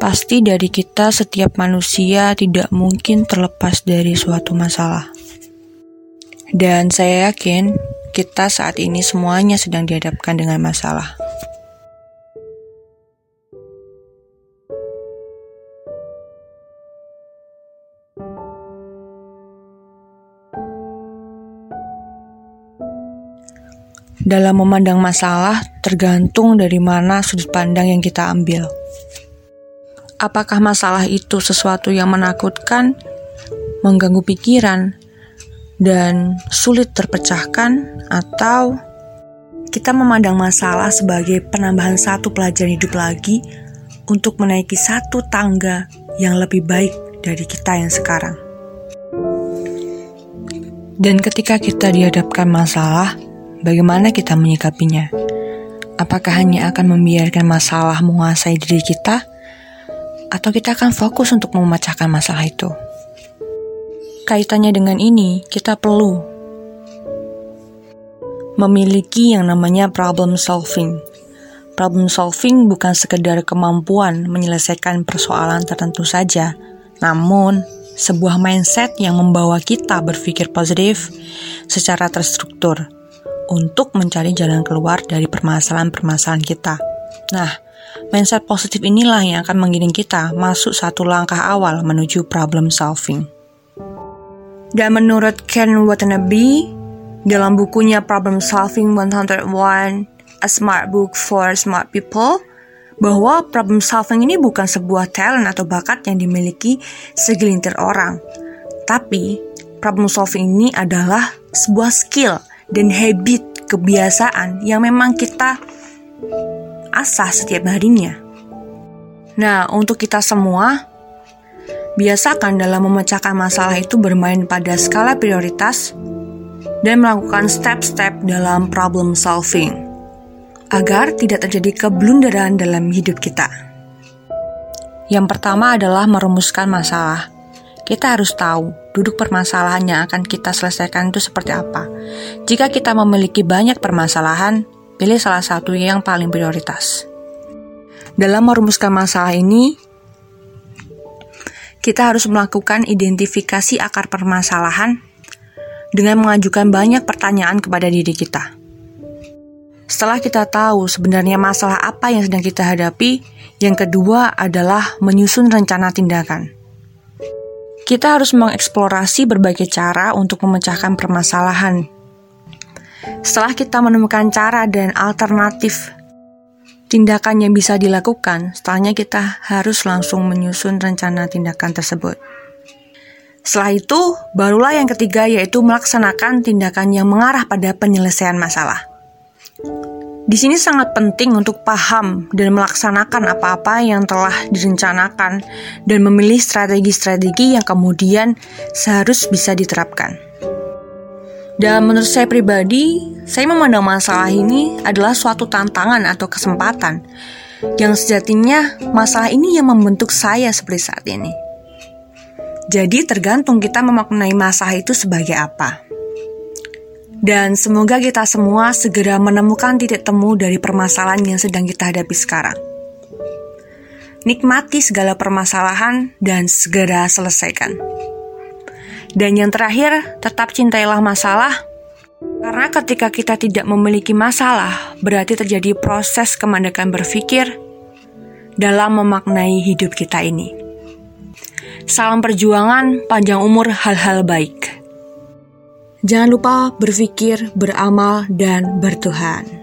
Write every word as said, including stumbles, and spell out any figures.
Pasti dari kita setiap manusia tidak mungkin terlepas dari suatu masalah. Dan saya yakin kita saat ini semuanya sedang dihadapkan dengan masalah. Dalam memandang masalah tergantung dari mana sudut pandang yang kita ambil. Apakah masalah itu sesuatu yang menakutkan, mengganggu pikiran, dan sulit terpecahkan, atau kita memandang masalah sebagai penambahan satu pelajaran hidup lagi untuk menaiki satu tangga yang lebih baik dari kita yang sekarang. Dan ketika kita dihadapkan masalah, bagaimana kita menyikapinya? Apakah hanya akan membiarkan masalah menguasai diri kita? Atau kita akan fokus untuk memecahkan masalah itu? Kaitannya dengan ini, kita perlu memiliki yang namanya problem solving. Problem solving bukan sekedar kemampuan menyelesaikan persoalan tertentu saja, namun sebuah mindset yang membawa kita berpikir positif secara terstruktur untuk mencari jalan keluar dari permasalahan-permasalahan kita. Nah, mindset positif inilah yang akan mengiring kita masuk satu langkah awal menuju problem solving. Dan menurut Ken Watanabe, dalam bukunya Problem Solving seratus satu, A Smart Book for Smart People, bahwa problem solving ini bukan sebuah talent atau bakat yang dimiliki segelintir orang. Tapi, problem solving ini adalah sebuah skill dan habit, kebiasaan yang memang kita asah setiap harinya. Nah, untuk kita semua, biasakan dalam memecahkan masalah itu bermain pada skala prioritas dan melakukan step-step dalam problem solving agar tidak terjadi keblunderan dalam hidup kita. Yang pertama adalah merumuskan masalah. Kita harus tahu duduk permasalahan yang akan kita selesaikan itu seperti apa. Jika kita memiliki banyak permasalahan, pilih salah satu yang paling prioritas. Dalam merumuskan masalah ini, kita harus melakukan identifikasi akar permasalahan dengan mengajukan banyak pertanyaan kepada diri kita. Setelah kita tahu sebenarnya masalah apa yang sedang kita hadapi, yang kedua adalah menyusun rencana tindakan. Kita harus mengeksplorasi berbagai cara untuk memecahkan permasalahan. Setelah kita menemukan cara dan alternatif tindakan yang bisa dilakukan, setelahnya kita harus langsung menyusun rencana tindakan tersebut. Setelah itu, barulah yang ketiga, yaitu melaksanakan tindakan yang mengarah pada penyelesaian masalah. Di sini sangat penting untuk paham dan melaksanakan apa-apa yang telah direncanakan dan memilih strategi-strategi yang kemudian seharus bisa diterapkan. Dan menurut saya pribadi, saya memandang masalah ini adalah suatu tantangan atau kesempatan yang sejatinya masalah ini yang membentuk saya seperti saat ini. Jadi tergantung kita memaknai masalah itu sebagai apa. Dan semoga kita semua segera menemukan titik temu dari permasalahan yang sedang kita hadapi sekarang. Nikmati segala permasalahan dan segera selesaikan. Dan yang terakhir, tetap cintailah masalah, karena ketika kita tidak memiliki masalah, berarti terjadi proses kemandekan berpikir dalam memaknai hidup kita ini. Salam perjuangan, panjang umur, hal-hal baik. Jangan lupa berpikir, beramal, dan bertuhan.